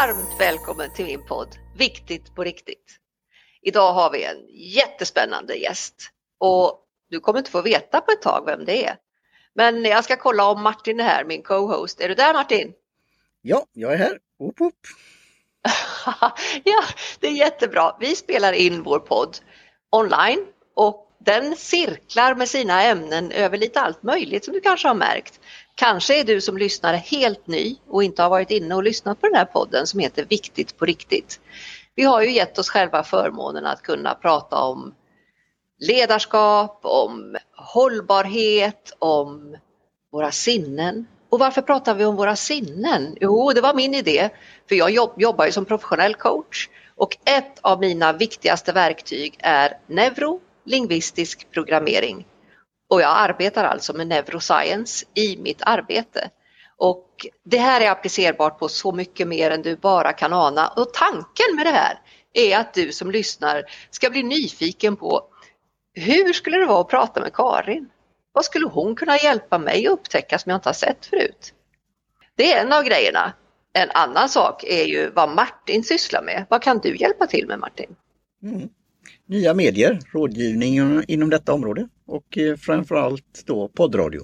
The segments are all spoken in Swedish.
Varmt välkommen till min podd Viktigt på riktigt. Idag har vi en jättespännande gäst och du kommer inte få veta på ett tag vem det är. Men jag ska kolla om Martin är här, min co-host. Är du där, Martin? Ja, jag är här. Woop woop. Ja, det är jättebra. Vi spelar in vår podd online och den cirklar med sina ämnen över lite allt möjligt som du kanske har märkt. Kanske är du som lyssnare helt ny och inte har varit inne och lyssnat på den här podden som heter Viktigt på riktigt. Vi har ju gett oss själva förmånen att kunna prata om ledarskap, om hållbarhet, om våra sinnen. Och varför pratar vi om våra sinnen? Jo, det var min idé, för jag jobbar ju som professionell coach och ett av mina viktigaste verktyg är neurolingvistisk programmering. Och jag arbetar alltså med neuroscience i mitt arbete. Och det här är applicerbart på så mycket mer än du bara kan ana. Och tanken med det här är att du som lyssnar ska bli nyfiken på hur skulle det vara att prata med Karin? Vad skulle hon kunna hjälpa mig att upptäcka som jag inte har sett förut? Det är en av grejerna. En annan sak är ju vad Martin sysslar med. Vad kan du hjälpa till med, Martin? Nya medier, rådgivning inom detta område och framförallt då poddradio.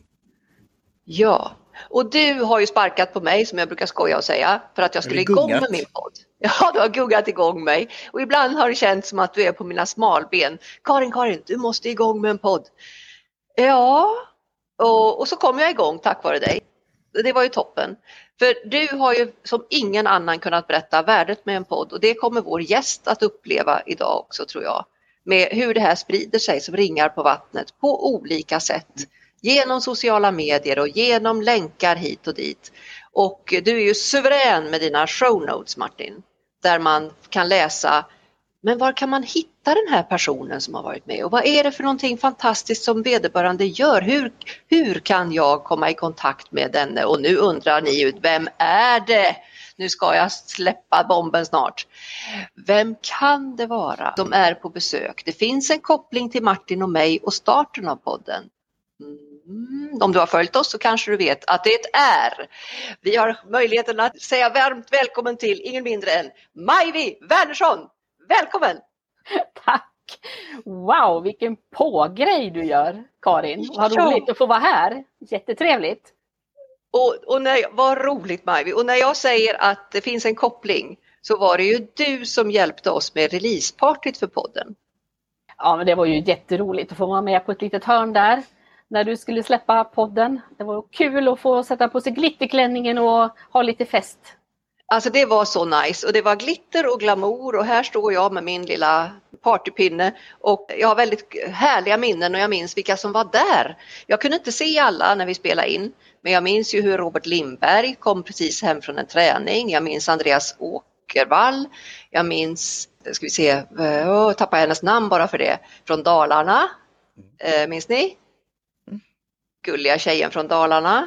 Ja, och du har ju sparkat på mig som jag brukar skoja och säga för att jag skulle igång med min podd. Ja, du har guggat igång mig och ibland har det känts som att du är på mina smalben. Karin, du måste igång med en podd. Ja, och så kom jag igång tack vare dig. Det var ju toppen. För du har ju som ingen annan kunnat berätta värdet med en podd och det kommer vår gäst att uppleva idag också, tror jag. Med hur det här sprider sig som ringar på vattnet på olika sätt. Genom sociala medier och genom länkar hit och dit. Och du är ju suverän med dina show notes, Martin. Där man kan läsa, men var kan man hitta den här personen som har varit med? Och vad är det för någonting fantastiskt som vederbörande gör? Hur kan jag komma i kontakt med denne? Och nu undrar ni ut, vem är det? Nu ska jag släppa bomben snart. Vem kan det vara? De är på besök. Det finns en koppling till Martin och mig och starten av podden. Om du har följt oss så kanske du vet att det är. Vi har möjligheten att säga varmt välkommen till ingen mindre än Majvi Wernersson. Välkommen! Tack! Wow, vilken pågrej du gör, Karin. Vad roligt att få vara här. Jättetrevligt. Vad roligt, Majvi. Och när jag säger att det finns en koppling så var det ju du som hjälpte oss med releasepartyt för podden. Ja, men det var ju jätteroligt att få vara med på ett litet hörn där. När du skulle släppa podden. Det var kul att få sätta på sig glitterklänningen och ha lite fest. Alltså det var så nice och det var glitter och glamour och här står jag med min lilla partypinne och jag har väldigt härliga minnen och jag minns vilka som var där. Jag kunde inte se alla när vi spelade in, men jag minns ju hur Robert Lindberg kom precis hem från en träning. Jag minns Andreas Åkervall. Jag minns, tappar hennes namn bara för det, från Dalarna. Minns ni? Gulliga tjejen från Dalarna.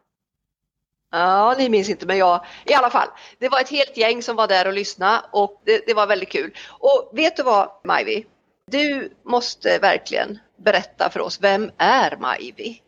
Ja, ni minns inte, men jag i alla fall. Det var ett helt gäng som var där och lyssnade och det var väldigt kul. Och vet du vad, Majvi? Du måste verkligen berätta för oss, vem är Majvi?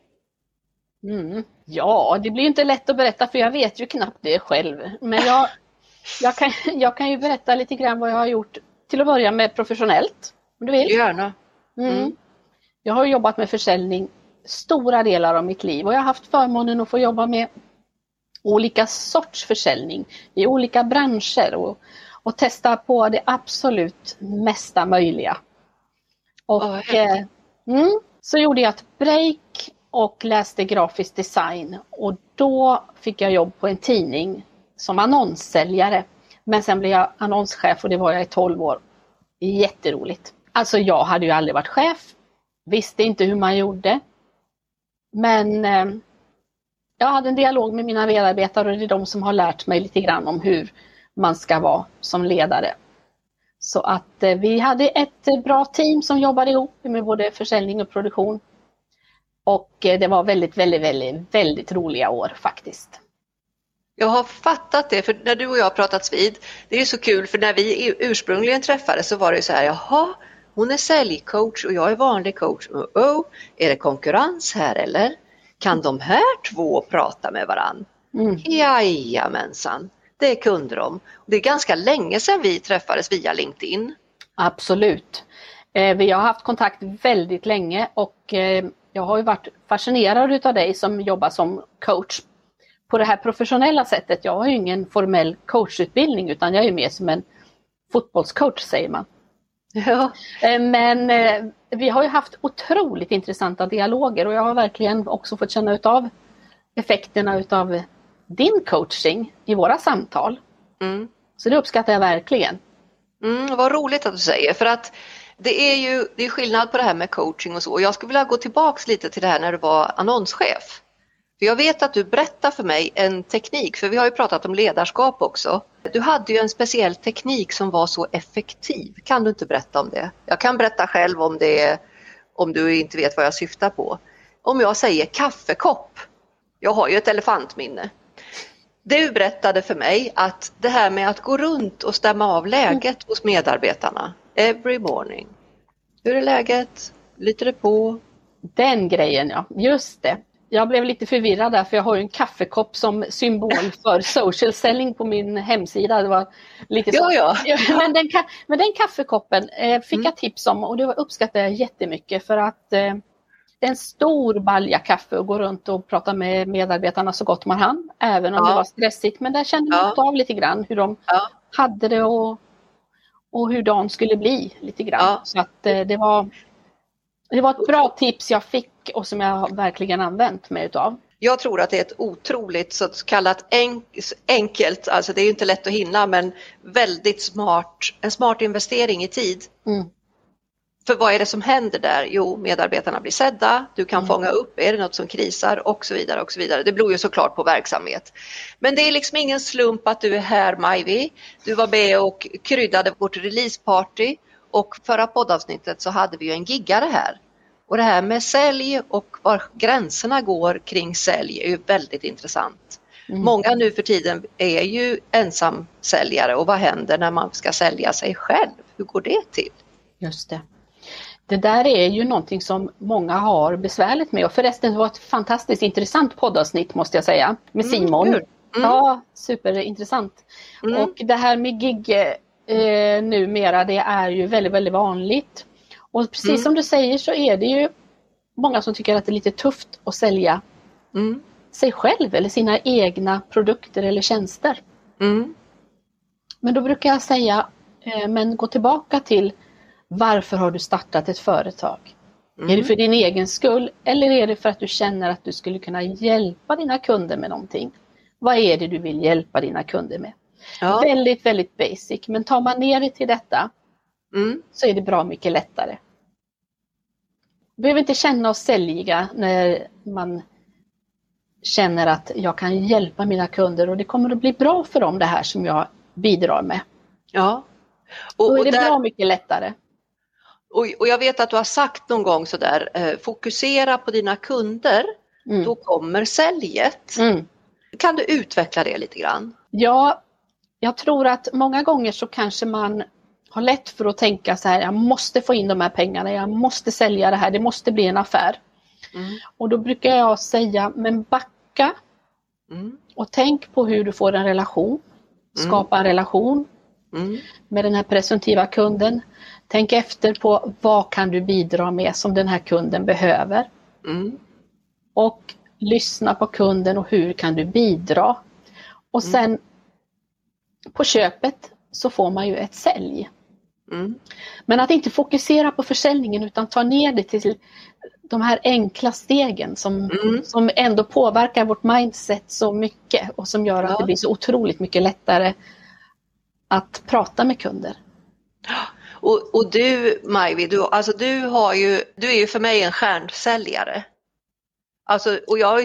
Ja, det blir inte lätt att berätta för jag vet ju knappt det själv. Men jag kan ju berätta lite grann vad jag har gjort till att börja med professionellt, om du vill. Gärna. Jag har jobbat med försäljning stora delar av mitt liv och jag har haft förmånen att få jobba med olika sorts försäljning i olika branscher och testa på det absolut mesta möjliga. Och så gjorde jag ett break och läste grafisk design och då fick jag jobb på en tidning som annonssäljare. Men sen blev jag annonschef och det var jag i 12 år. Jätteroligt. Alltså jag hade ju aldrig varit chef, visste inte hur man gjorde. Men jag hade en dialog med mina medarbetare och det är de som har lärt mig lite grann om hur man ska vara som ledare. Så att vi hade ett bra team som jobbade ihop med både försäljning och produktion. Och det var väldigt, väldigt, väldigt, väldigt roliga år faktiskt. Jag har fattat det, för när du och jag har pratats vid, det är så kul för när vi ursprungligen träffades så var det så här, jaha, hon är säljcoach och jag är vanlig coach. Är det konkurrens här eller? Kan de här två prata med varann? Jajamensan. det kunde de. Det är ganska länge sedan vi träffades via LinkedIn. Absolut. Vi har haft kontakt väldigt länge och jag har ju varit fascinerad av dig som jobbar som coach på det här professionella sättet. Jag har ju ingen formell coachutbildning utan jag är mer som en fotbollscoach säger man. Ja. Men vi har ju haft otroligt intressanta dialoger och jag har verkligen också fått känna utav effekterna utav din coaching i våra samtal. Mm. Så det uppskattar jag verkligen. Vad roligt att du säger, för att det är skillnad på det här med coaching och så. Och jag skulle vilja gå tillbaks lite till det här när du var annonschef. För jag vet att du berättar för mig en teknik, för vi har ju pratat om ledarskap också. Du hade ju en speciell teknik som var så effektiv. Kan du inte berätta om det? Jag kan berätta själv om det, om du inte vet vad jag syftar på. Om jag säger kaffekopp. Jag har ju ett elefantminne. Du berättade för mig att det här med att gå runt och stämma av läget hos medarbetarna. Every morning. Hur är läget? Lyter det på? Den grejen, ja. Just det. Jag blev lite förvirrad där för jag har ju en kaffekopp som symbol för social selling på min hemsida. Det var lite så. Ja. Men den kaffekoppen fick jag tips om och det uppskattar jag jättemycket för att det är en stor balja kaffe och gå runt och prata med medarbetarna så gott man hann. Även om det var stressigt. Men där kände man av lite grann hur de hade det och hur dagen skulle bli lite grann. Ja. Så att det var ett bra tips jag fick och som jag verkligen använt mig utav. Jag tror att det är ett otroligt så kallat enkelt, alltså det är ju inte lätt att hinna men väldigt en smart investering i tid. Mm. För vad är det som händer där? Jo, medarbetarna blir sedda, du kan fånga upp, är det något som krisar och så vidare och så vidare. Det beror ju såklart på verksamhet. Men det är liksom ingen slump att du är här, Majvi. Du var med och kryddade vårt releaseparty och förra poddavsnittet så hade vi ju en giggare här. Och det här med sälj och var gränserna går kring sälj är ju väldigt intressant. Många nu för tiden är ju ensamsäljare och vad händer när man ska sälja sig själv? Hur går det till? Just det. Det där är ju någonting som många har besvärligt med och förresten det var ett fantastiskt intressant poddavsnitt måste jag säga med Simon. Ja, superintressant. Och det här med gig numera det är ju väldigt, väldigt vanligt. Och precis som du säger så är det ju många som tycker att det är lite tufft att sälja sig själv eller sina egna produkter eller tjänster. Men då brukar jag säga, men gå tillbaka till varför har du startat ett företag? Är det för din egen skull eller är det för att du känner att du skulle kunna hjälpa dina kunder med någonting? Vad är det du vill hjälpa dina kunder med? Ja. Väldigt, väldigt basic. Men tar man ner det till detta så är det bra mycket lättare. Vi behöver inte känna oss säljiga när man känner att jag kan hjälpa mina kunder och det kommer att bli bra för dem det här som jag bidrar med. Ja. Då är det bra mycket lättare. Och jag vet att du har sagt någon gång sådär, fokusera på dina kunder, då kommer säljet. Kan du utveckla det lite grann? Ja, jag tror att många gånger så kanske man har lätt för att tänka så här, jag måste få in de här pengarna, jag måste sälja det här, det måste bli en affär. Och då brukar jag säga, men backa och tänk på hur du får en relation, skapa en relation med den här presumtiva kunden. Tänk efter på vad kan du bidra med som den här kunden behöver. Och lyssna på kunden och hur kan du bidra. Och sen på köpet så får man ju ett sälj. Men att inte fokusera på försäljningen utan ta ner det till de här enkla stegen som ändå påverkar vårt mindset så mycket och som gör att det blir så otroligt mycket lättare att prata med kunder. Och du, Majvi, du är ju för mig en stjärnsäljare. Alltså, och jag har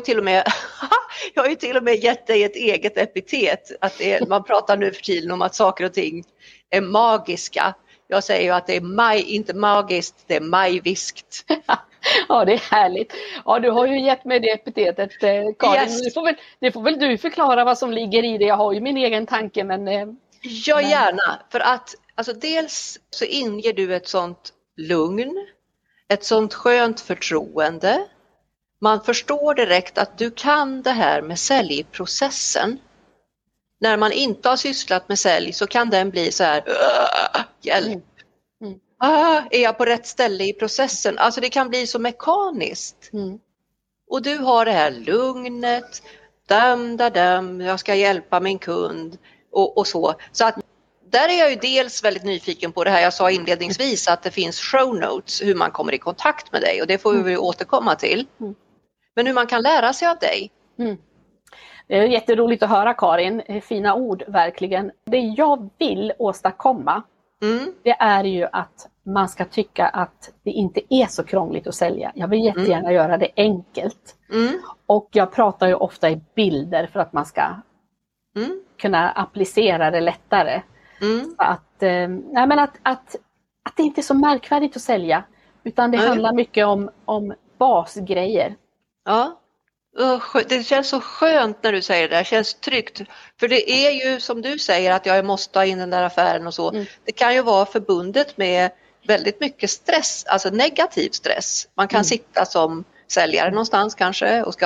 ju till och med gett dig ett eget epitet. Att man pratar nu för tiden om att saker och ting är magiska. Jag säger ju att det är inte magiskt, det är majviskt. Ja, det är härligt. Ja, du har ju gett mig det epitetet, Karin. Yes. Det får väl du förklara vad som ligger i det. Jag har ju min egen tanke, men... Ja, gärna. För att alltså, dels så inger du ett sånt lugn, ett sånt skönt förtroende. Man förstår direkt att du kan det här med säljprocessen. när man inte har sysslat med sälj så kan den bli så här, hjälp. Är jag på rätt ställe i processen? Alltså det kan bli så mekaniskt. Och du har det här lugnet, jag ska hjälpa min kund och så. Så att där är jag ju dels väldigt nyfiken på det här jag sa inledningsvis, att det finns show notes hur man kommer i kontakt med dig, och det får vi återkomma till. Men hur man kan lära sig av dig. Det är jätteroligt att höra, Karin, fina ord verkligen. Det jag vill åstadkomma, det är ju att man ska tycka att det inte är så krångligt att sälja. Jag vill jättegärna göra det enkelt. Och jag pratar ju ofta i bilder för att man ska kunna applicera det lättare. Så att det inte är så märkvärdigt att sälja, utan det handlar mycket om basgrejer. Ja, det känns så skönt när du säger det där, det känns tryggt. För det är ju som du säger att jag måste ha in den där affären och så. Det kan ju vara förbundet med väldigt mycket stress, alltså negativ stress. Man kan sitta som säljare någonstans kanske och ska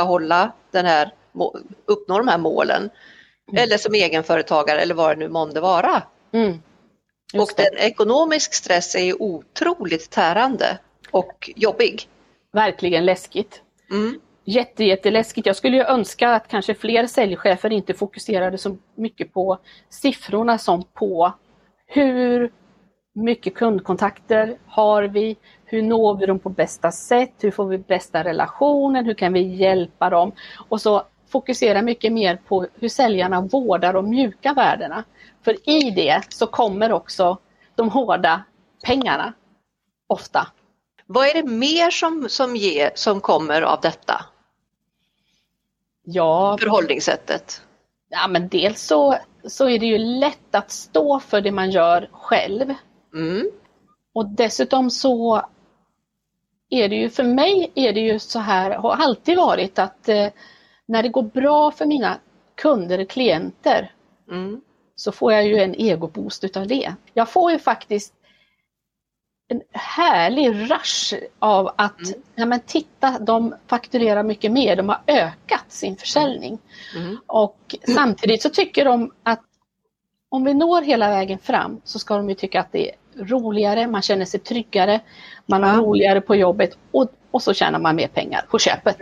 uppnå de här målen. Eller som egenföretagare eller vad det nu månde vara. Och den ekonomisk stress är ju otroligt tärande och jobbig. Verkligen läskigt. Jätteläskigt. Jag skulle ju önska att kanske fler säljchefer inte fokuserade så mycket på siffrorna som på hur mycket kundkontakter har vi, hur når vi dem på bästa sätt, hur får vi bästa relationen, hur kan vi hjälpa dem, och så fokusera mycket mer på hur säljarna vårdar de mjuka värdena. För i det så kommer också de hårda pengarna ofta. Vad är det mer som kommer av detta? Ja, förhållningssättet. Ja, men dels så är det ju lätt att stå för det man gör själv. Och dessutom så är det ju, för mig är det ju så här, har alltid varit att när det går bra för mina kunder och klienter så får jag ju en egoboost utav det. Jag får ju faktiskt en härlig rush av att titta, de fakturerar mycket mer, de har ökat sin försäljning. Och samtidigt så tycker de att om vi når hela vägen fram så ska de ju tycka att det är roligare, man känner sig tryggare, man har roligare på jobbet och så tjänar man mer pengar på köpet.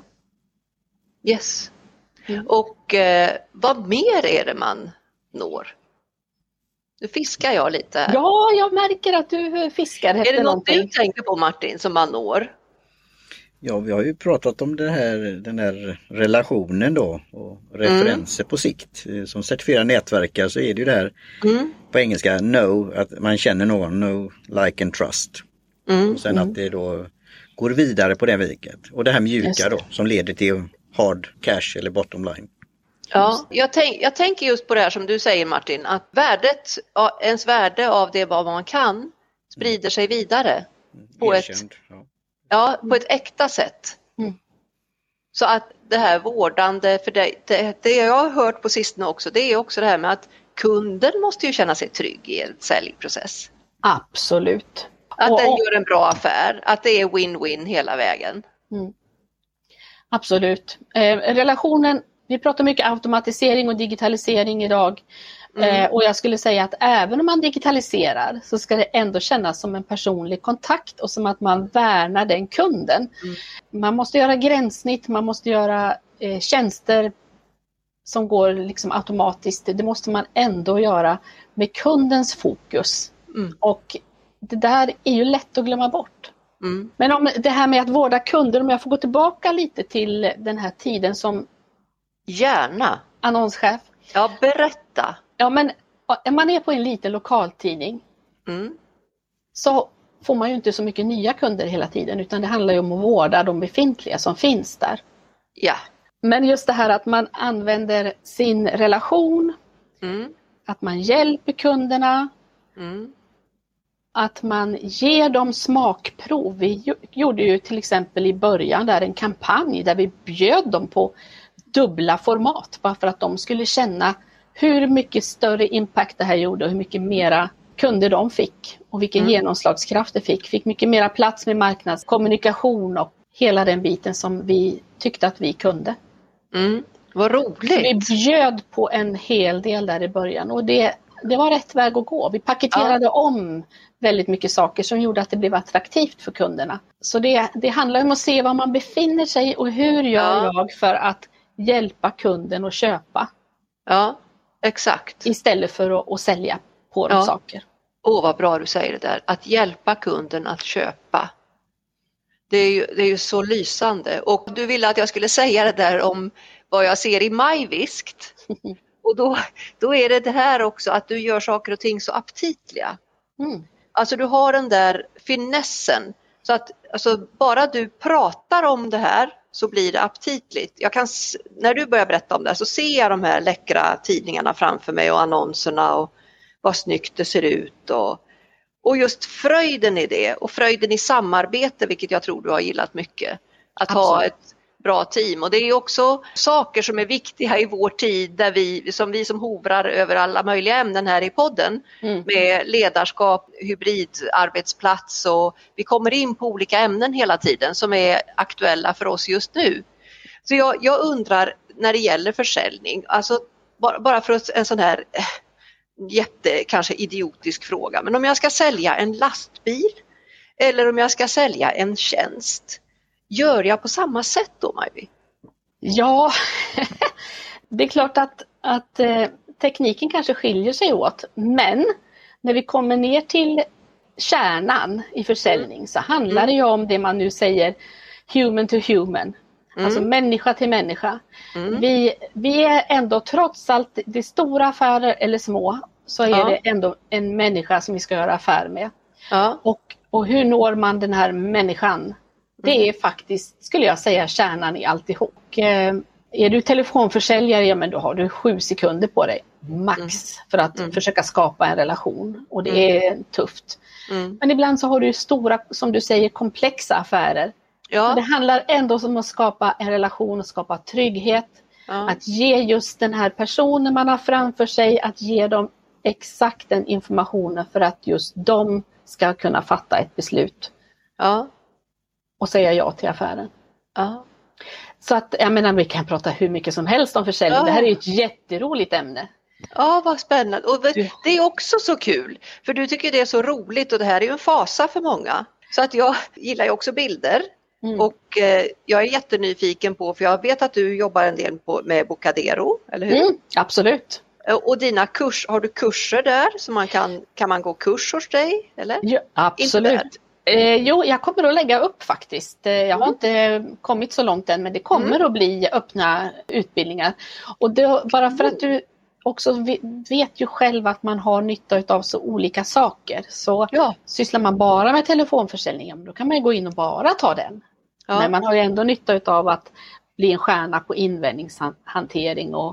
Yes. Och vad mer är det man når? Nu fiskar jag lite här. Ja, jag märker att du fiskar efter någonting. Är det något någonting du tänker på, Martin, som man når? Ja, vi har ju pratat om den här relationen då och referenser på sikt. Som certifierad nätverkare så är det ju det här på engelska know, att man känner någon, know, like and trust. Och sen att det då går vidare på den viket. Och det här mjuka då som leder till hard cash eller bottom line. Ja, jag tänker just på det här som du säger, Martin, att ens värde av det vad man kan sprider sig vidare på på ett äkta sätt. Så att det här vårdande, för det jag har hört på sistone också, det är också det här med att kunden måste ju känna sig trygg i en säljprocess. Absolut. Att den gör en bra affär, att det är win-win hela vägen. Absolut. Relationen, vi pratar mycket automatisering och digitalisering idag. Och jag skulle säga att även om man digitaliserar så ska det ändå kännas som en personlig kontakt och som att man värnar den kunden. Man måste göra gränssnitt, man måste göra tjänster som går liksom automatiskt. Det måste man ändå göra med kundens fokus. Och det där är ju lätt att glömma bort. Men om det här med att vårda kunder, om jag får gå tillbaka lite till den här tiden som gärna annonschef. Ja, berätta. Ja, men om man är på en liten lokaltidning så får man ju inte så mycket nya kunder hela tiden, utan det handlar ju om att vårda de befintliga som finns där. Ja. Men just det här att man använder sin relation, att man hjälper kunderna, att man ger dem smakprov. Vi gjorde ju till exempel i början där en kampanj där vi bjöd dem på dubbla format, bara för att de skulle känna hur mycket större impact det här gjorde och hur mycket mera kunder de fick och vilken genomslagskraft det fick mycket mera plats med marknadskommunikation och hela den biten som vi tyckte att vi kunde. Vad roligt! Så vi bjöd på en hel del där i början och det var rätt väg att gå. Vi paketerade om väldigt mycket saker som gjorde att det blev attraktivt för kunderna. Så det handlar om att se var man befinner sig och hur gör jag för att hjälpa kunden att köpa. Ja, exakt. Istället för att sälja på de saker. Vad bra du säger det där. Att hjälpa kunden att köpa. Det är ju så lysande. Och du ville att jag skulle säga det där om vad jag ser i Majviskt. Och då är det här också att du gör saker och ting så aptitliga. Alltså du har den där finessen. Så att alltså, bara du pratar om det här så blir det aptitligt. När du börjar berätta om det här så ser jag de här läckra tidningarna framför mig och annonserna och vad snyggt det ser ut. Och just fröjden i det och fröjden i samarbete, vilket jag tror du har gillat mycket. Att ha ett bra team. Och det är också saker som är viktiga i vår tid där vi som hovrar över alla möjliga ämnen här i podden med ledarskap, hybridarbetsplats och vi kommer in på olika ämnen hela tiden som är aktuella för oss just nu. Så jag undrar när det gäller försäljning, alltså bara för en sån här kanske idiotisk fråga, men om jag ska sälja en lastbil eller om jag ska sälja en tjänst, gör jag på samma sätt då, Majvi? Ja, det är klart att tekniken kanske skiljer sig åt, men när vi kommer ner till kärnan i försäljning så handlar det ju om det man nu säger human to human, alltså människa till människa. Vi är ändå trots allt, det är stora affärer eller små, så är det ändå en människa som vi ska göra affär med. Ja. Och hur når man den här människan? Det är faktiskt, skulle jag säga, kärnan i alltihop. Och, är du telefonförsäljare, ja men då har du 7 sekunder på dig, max, för att försöka skapa en relation. Och det är tufft. Men ibland så har du stora, som du säger, komplexa affärer. Ja. Och det handlar ändå om att skapa en relation och skapa trygghet. Ja. Att ge just den här personen man har framför sig, att ge dem exakt den informationen för att just de ska kunna fatta ett beslut. Ja. Och säga ja till affären. Ja. Så att, jag menar, vi kan prata hur mycket som helst om försäljning. Ja. Det här är ett jätteroligt ämne. Ja, vad spännande. Och det är också så kul. För du tycker det är så roligt och det här är ju en fasa för många. Så att jag gillar ju också bilder. Och jag är jättenyfiken på, för jag vet att du jobbar en del med Bocadero, eller hur? Absolut. Och dina har du kurser där? Så kan man gå kurs hos dig? Eller? Ja, absolut. Jo, jag kommer att lägga upp faktiskt. Jag har inte kommit så långt än, men det kommer att bli öppna utbildningar. Och det, bara för att du också vet ju själv att man har nytta av så olika saker. Så sysslar man bara med telefonförsäljning, då kan man ju gå in och bara ta den. Ja. Men man har ju ändå nytta av att bli en stjärna på invändningshantering och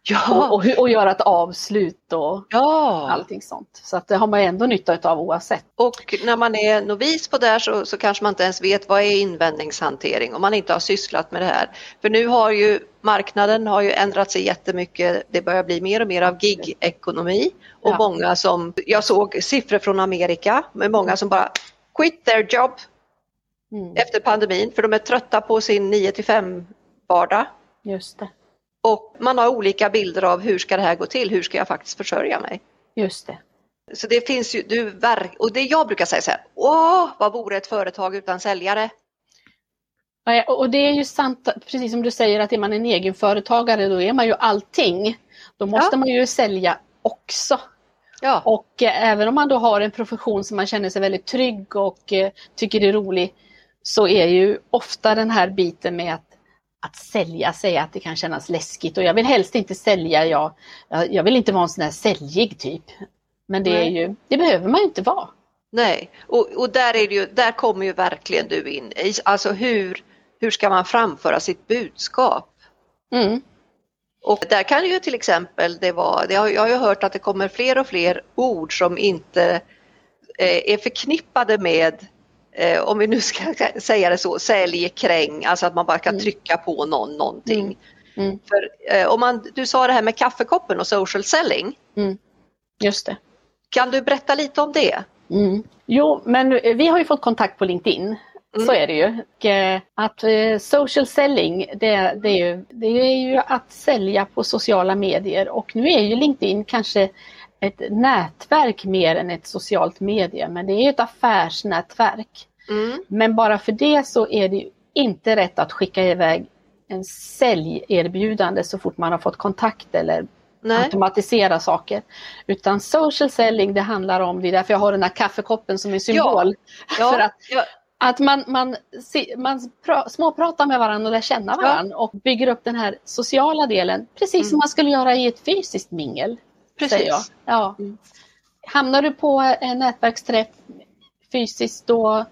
göra ett avslut och allting sånt. Så att det har man ändå nytta av oavsett. Och när man är novis på det här så kanske man inte ens vet vad är invändningshantering om man inte har sysslat med det här. För nu har ju marknaden ändrat sig jättemycket. Det börjar bli mer och mer av gig-ekonomi. Och många som, jag såg siffror från Amerika med många som bara quit their job efter pandemin. För de är trötta på sin 9-5 vardag. Just det. Och man har olika bilder av hur ska det här gå till, hur ska jag faktiskt försörja mig. Just det. Så det finns ju, och det jag brukar säga så här, vad vore ett företag utan säljare? Ja, och det är ju sant, precis som du säger, att är man en egenföretagare då är man ju allting. Då måste man ju sälja också. Ja. Och även om man då har en profession som man känner sig väldigt trygg och tycker det är roligt, så är ju ofta den här biten med att sälja, säga att det kan kännas läskigt. Och jag vill helst inte sälja, jag vill inte vara en sån här säljig typ. Men det behöver man ju inte vara. Nej, och där kommer ju verkligen du in. Alltså hur ska man framföra sitt budskap? Och där kan ju till exempel jag har ju hört att det kommer fler och fler ord som inte är förknippade med, om vi nu ska säga det så, säljkräng, alltså att man bara kan trycka på någonting. För du sa det här med kaffekoppen och social selling. Just det. Kan du berätta lite om det? Jo, men vi har ju fått kontakt på LinkedIn Så är det ju. Och att social selling, det är ju att sälja på sociala medier. Och nu är ju LinkedIn kanske ett nätverk mer än ett socialt medie. Men det är ett affärsnätverk. Men bara för det så är det ju inte rätt att skicka iväg en säljerbjudande så fort man har fått kontakt eller automatisera saker. Utan social selling, det handlar om, det är därför jag har den här kaffekoppen som en symbol. För att man småpratar med varandra och lär känna varandra och bygger upp den här sociala delen, precis som man skulle göra i ett fysiskt mingel. Precis. Ja. Hamnar du på en nätverksträff fysiskt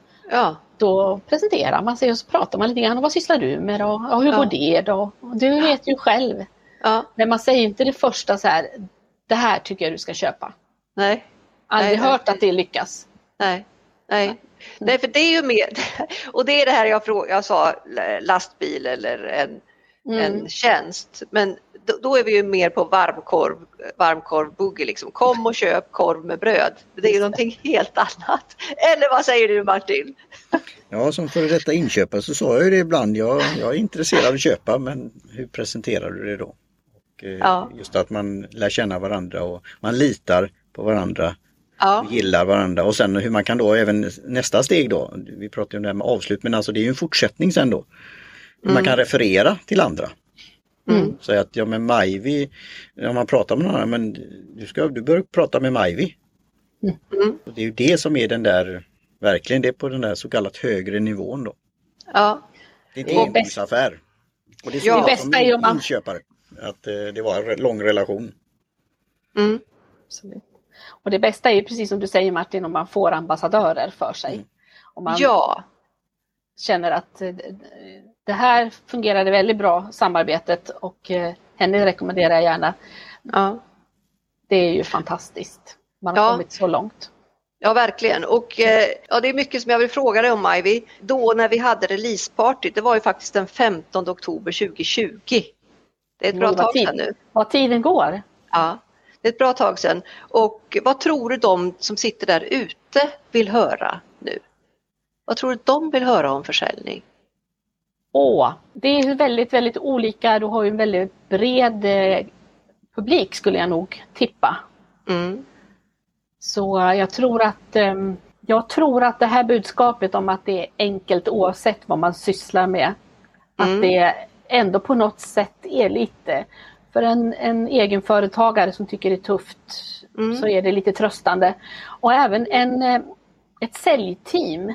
då presenterar man sig och så pratar man lite grann. Och vad sysslar du med då? Och hur går det då? Och du vet ju själv. Ja. Men man säger inte det första så här, det här tycker jag du ska köpa. Nej. Aldrig hört att det lyckas. Nej, för det är ju mer, och det är det här jag sa, lastbil eller en tjänst. Men då är vi ju mer på varmkorv-boogie liksom. Kom och köp korv med bröd. Det är ju någonting helt annat. Eller vad säger du, Martin? Ja, som för detta inköpare så sa jag ju det ibland. Jag är intresserad av att köpa, men hur presenterar du det då? Och just att man lär känna varandra och man litar på varandra. Gillar varandra och sen hur man kan då även nästa steg då, vi pratar ju om det här med avslut, men alltså det är ju en fortsättning sen då. Man kan referera till andra. Så att med Majvi, om man pratar med någon annan, men du bör prata med Majvi. Och det är ju det som är den där, verkligen det på den där så kallat högre nivån då. Ja. Det är inte en engångsaffär. Och det är så som inköpare, att det var en lång relation. Absolut. Och det bästa är ju precis som du säger, Martin, om man får ambassadörer för sig. Om man känner att det här fungerade väldigt bra, samarbetet, och henne rekommenderar jag gärna. Ja. Det är ju fantastiskt. Man har kommit så långt. Ja, verkligen. Och det är mycket som jag vill fråga dig om, Majvi. Då när vi hade releaseparty, det var ju faktiskt den 15 oktober 2020. Det är ett bra tag sedan nu. Vad tiden går. Ja. Det är ett bra tag sedan. Och vad tror du de som sitter där ute vill höra nu? Vad tror du de vill höra om försäljning? Det är väldigt, väldigt olika. Du har ju en väldigt bred publik, skulle jag nog tippa. Så jag tror att det här budskapet om att det är enkelt oavsett vad man sysslar med. Att det ändå på något sätt är lite... För en egenföretagare som tycker det är tufft så är det lite tröstande. Och även ett säljteam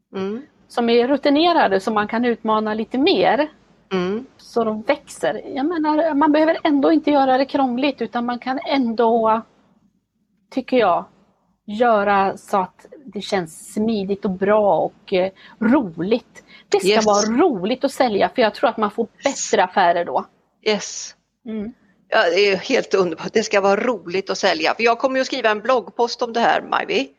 som är rutinerade, som man kan utmana lite mer. Så de växer. Jag menar, man behöver ändå inte göra det krångligt, utan man kan ändå, tycker jag, göra så att det känns smidigt och bra och roligt. Det ska vara roligt att sälja, för jag tror att man får bättre affärer då. Yes. Ja, det är helt underbart. Det ska vara roligt att sälja. För jag kommer ju att skriva en bloggpost om det här, Majvi.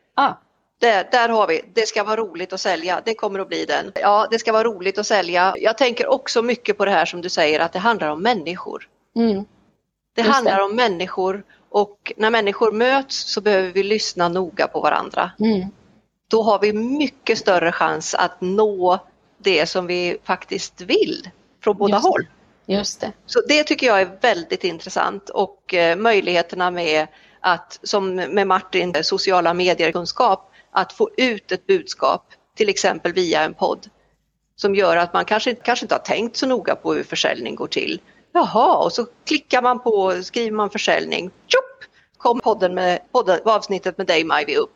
Där har vi. Det ska vara roligt att sälja. Det kommer att bli den. Ja, det ska vara roligt att sälja. Jag tänker också mycket på det här som du säger, att det handlar om människor. Det handlar om människor, och när människor möts så behöver vi lyssna noga på varandra. Då har vi mycket större chans att nå det som vi faktiskt vill från båda håll. Just det. Så det tycker jag är väldigt intressant, och möjligheterna med att, som med Martin, sociala medier-kunskap, att få ut ett budskap, till exempel via en podd, som gör att man kanske inte har tänkt så noga på hur försäljning går till. Jaha, och så klickar man på, skriver man försäljning, tjopp, kom avsnittet med dig, Majvi, upp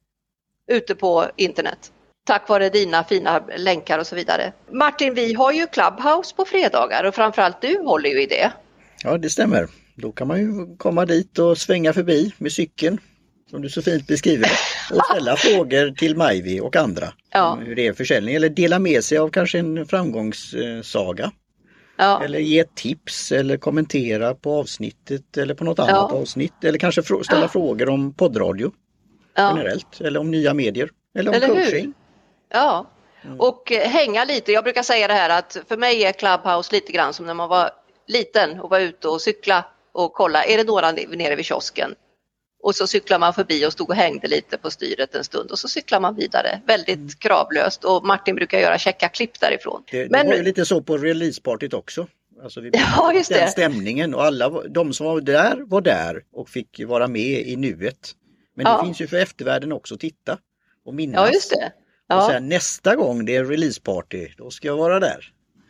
ute på internet. Tack vare dina fina länkar och så vidare. Martin, vi har ju Clubhouse på fredagar, och framförallt du håller ju i det. Ja, det stämmer. Då kan man ju komma dit och svänga förbi med cykeln, som du så fint beskriver, och ställa frågor till Majvi och andra. Om hur det är försäljning, eller dela med sig av kanske en framgångssaga. Eller ge ett tips, eller kommentera på avsnittet eller på något annat avsnitt. Eller kanske ställa frågor om poddradio generellt, eller om nya medier, eller om coaching. Ja, och hänga lite. Jag brukar säga det här, att för mig är Clubhouse lite grann som när man var liten och var ute och cykla och kolla, är det några nere vid kiosken? Och så cyklar man förbi och stod och hängde lite på styret en stund och så cyklar man vidare. Väldigt kravlöst och Martin brukar göra checka klipp därifrån. Det var ju lite så på releasepartyt också. Alltså just det. Den stämningen och alla de som var där och fick vara med i nuet. Men det finns ju för eftervärlden också att titta och minnas. Ja, just det. Ja. Och sen nästa gång det är releaseparty, då ska jag vara där.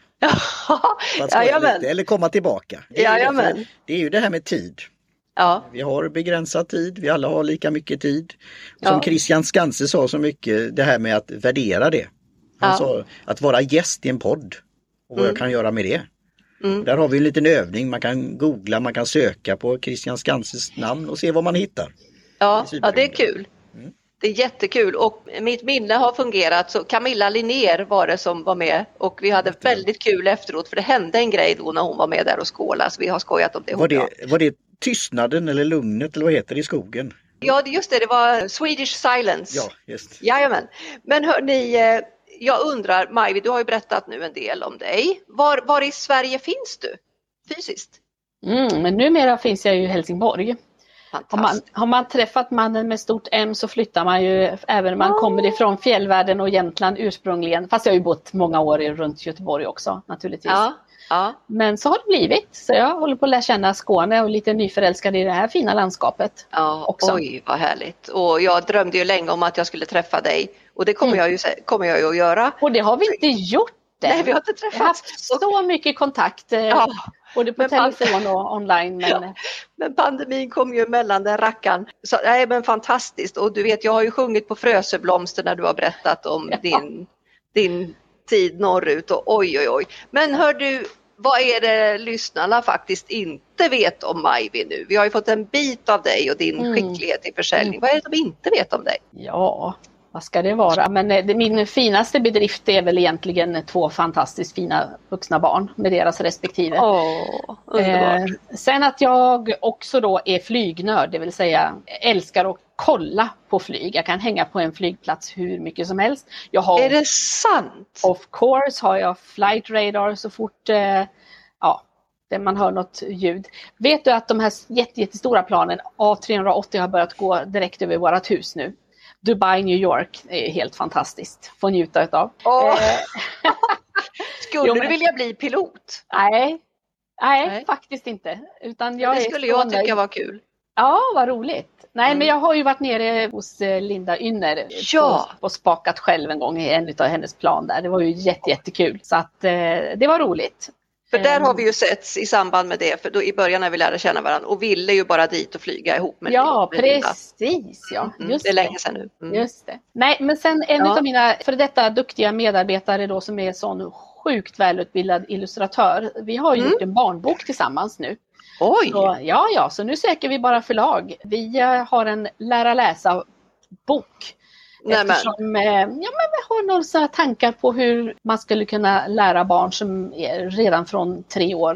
Lite, eller komma tillbaka. Det är ju det här med tid. Ja. Vi har begränsad tid, vi alla har lika mycket tid. Som Christian Skanse sa så mycket, det här med att värdera det. Han sa att vara gäst i en podd och vad jag kan göra med det. Där har vi en liten övning, man kan googla, man kan söka på Christian Skanses namn och se vad man hittar. Ja, det är kul. Det är jättekul och mitt minne har fungerat så Camilla Linnér var det som var med och vi hade väldigt kul efteråt för det hände en grej då när hon var med där och skålade så vi har skojat om det. Var det tystnaden eller lugnet eller vad heter det i skogen? Ja just det var Swedish Silence. Ja just. Jajamän. Men hörni, jag undrar Majvi, du har ju berättat nu en del om dig. Var i Sverige finns du fysiskt? Men numera finns jag ju i Helsingborg. Har man träffat mannen med stort M så flyttar man ju även man kommer ifrån fjällvärlden och Jämtland ursprungligen. Fast jag har ju bott många år runt Göteborg också naturligtvis. Ja. Men så har det blivit. Så jag håller på att lära känna Skåne och lite nyförälskad i det här fina landskapet. Ja, också. Oj vad härligt. Och jag drömde ju länge om att jag skulle träffa dig. Och det kommer jag ju att göra. Och det har vi inte gjort. Nej, vi har inte träffats. Jag har haft så mycket kontakt. Både på telefon och online. Men pandemin kom ju emellan den rackan. Så, men fantastiskt. Och du vet, jag har ju sjungit på Frösöblomster när du har berättat om din tid norrut. Och oj. Men hör du, vad är det lyssnarna faktiskt inte vet om Majvi nu? Vi har ju fått en bit av dig och din skicklighet i försäljning. Vad är det de inte vet om dig? Ja, vad ska det vara? Men min finaste bedrift är väl egentligen 2 fantastiskt fina vuxna barn med deras respektive. Underbart. Sen att jag också då är flygnörd, det vill säga älskar att kolla på flyg. Jag kan hänga på en flygplats hur mycket som helst. Är det sant? Of course har jag flight radar så fort man hör något ljud. Vet du att de här jättestora planen A380 har börjat gå direkt över vårat hus nu? Dubai, New York är helt fantastiskt. Får njuta utav. Skulle du vilja bli pilot? Nej, faktiskt inte. Utan det skulle jag tycka var kul. Ja, vad roligt. Nej, men jag har ju varit nere hos Linda Ynner och spakat själv en gång i en av hennes plan där. Det var ju jättekul. Så att det var roligt. För där har vi ju sett i samband med det, för då i början när vi lärde känna varandra och ville ju bara dit och flyga ihop med precis. Just det är länge sedan nu. Just det. Nej, men sen en av mina för detta duktiga medarbetare då som är sån sjukt välutbildad illustratör. Vi har gjort en barnbok tillsammans nu. Oj! Så, så nu söker vi bara förlag. Vi har en lära läsa bok. Eftersom vi har några sådana tankar på hur man skulle kunna lära barn som är redan från 3 år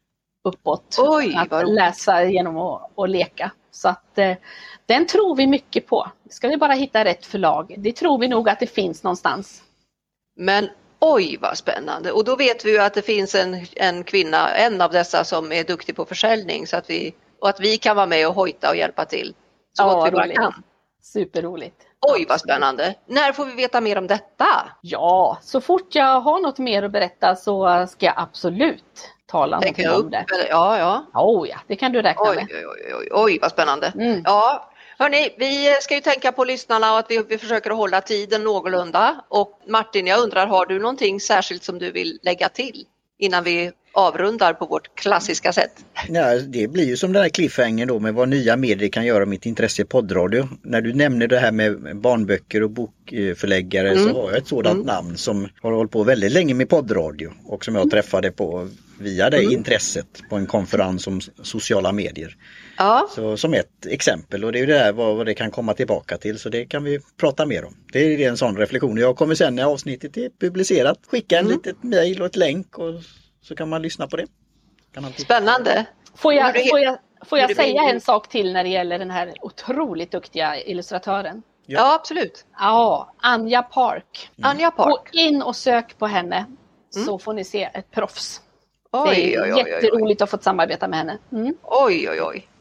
uppåt att läsa genom att leka. Så att den tror vi mycket på. Ska vi bara hitta rätt förlag. Det tror vi nog att det finns någonstans. Men oj vad spännande. Och då vet vi ju att det finns en kvinna, en av dessa som är duktig på försäljning så att vi kan vara med och hojta och hjälpa till. Så gott vi bara kan. Superroligt. Oj vad spännande. När får vi veta mer om detta? Ja, så fort jag har något mer att berätta så ska jag absolut tala om det. Ja. Det kan du räkna med. Oj vad spännande. Ja, hörni, vi ska ju tänka på lyssnarna och att vi försöker hålla tiden någorlunda. Och Martin, jag undrar, har du någonting särskilt som du vill lägga till innan vi avrundar på vårt klassiska sätt? Ja, det blir ju som den här cliffhanger då med vad nya medier kan göra mitt intresse i poddradio. När du nämner det här med barnböcker och bokförläggare så har jag ett sådant namn som har hållit på väldigt länge med poddradio och som jag träffade på via det intresset på en konferens om sociala medier. Ja. Så som ett exempel, och det är ju det här vad det kan komma tillbaka till, så det kan vi prata mer om. Det är en sån reflektion. Jag kommer sen när avsnittet är publicerat skicka en litet mejl och ett länk och så kan man lyssna på det. Spännande. Får jag säga en sak till när det gäller den här otroligt duktiga illustratören? Ja, absolut. Ja, Anja Park. Anja Park. Gå in och sök på henne så får ni se ett proffs. Det är Oj. jätteroligt att få samarbeta med henne. Oj.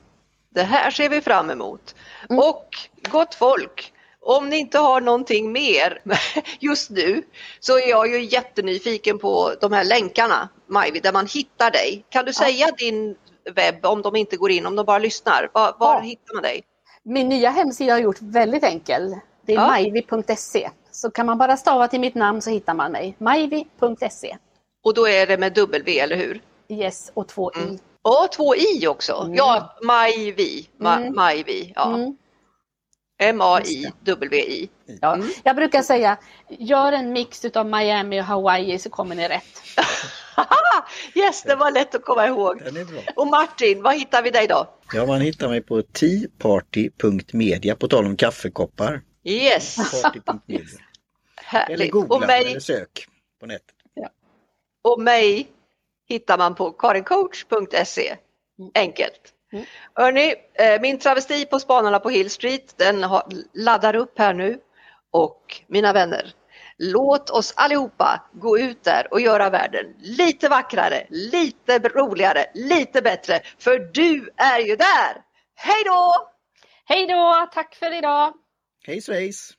Det här ser vi fram emot. Och gott folk, om ni inte har någonting mer just nu så är jag ju jättenyfiken på de här länkarna, Maj-Vi, där man hittar dig. Kan du säga din webb om de inte går in, om de bara lyssnar? Var hittar man dig? Min nya hemsida har gjort väldigt enkel. Det är majvi.se. Så kan man bara stava till mitt namn så hittar man mig. majvi.se. Och då är det med W, eller hur? Yes, och 2 i. Och 2 i också. Ja, Maj-Vi. Maj-Vi, ja. M-A-I-W-I. Ja, jag brukar säga, gör en mix av Miami och Hawaii så kommer ni rätt. Yes, det var lätt att komma ihåg. Den är bra. Och Martin, vad hittar vi dig då? Ja, man hittar mig på teaparty.media, på tal om kaffekoppar. Yes. Teaparty.media. Eller Härligt. googla Och mig, eller sök på nätet. och mig hittar man på karincoach.se. Enkelt. Hörrni, min travesti på Spanarna på Hill Street, den laddar upp här nu. Och mina vänner, låt oss allihopa gå ut där och göra världen lite vackrare, lite roligare, lite bättre. För du är ju där! Hej då! Hej då, tack för idag! Hej svejs!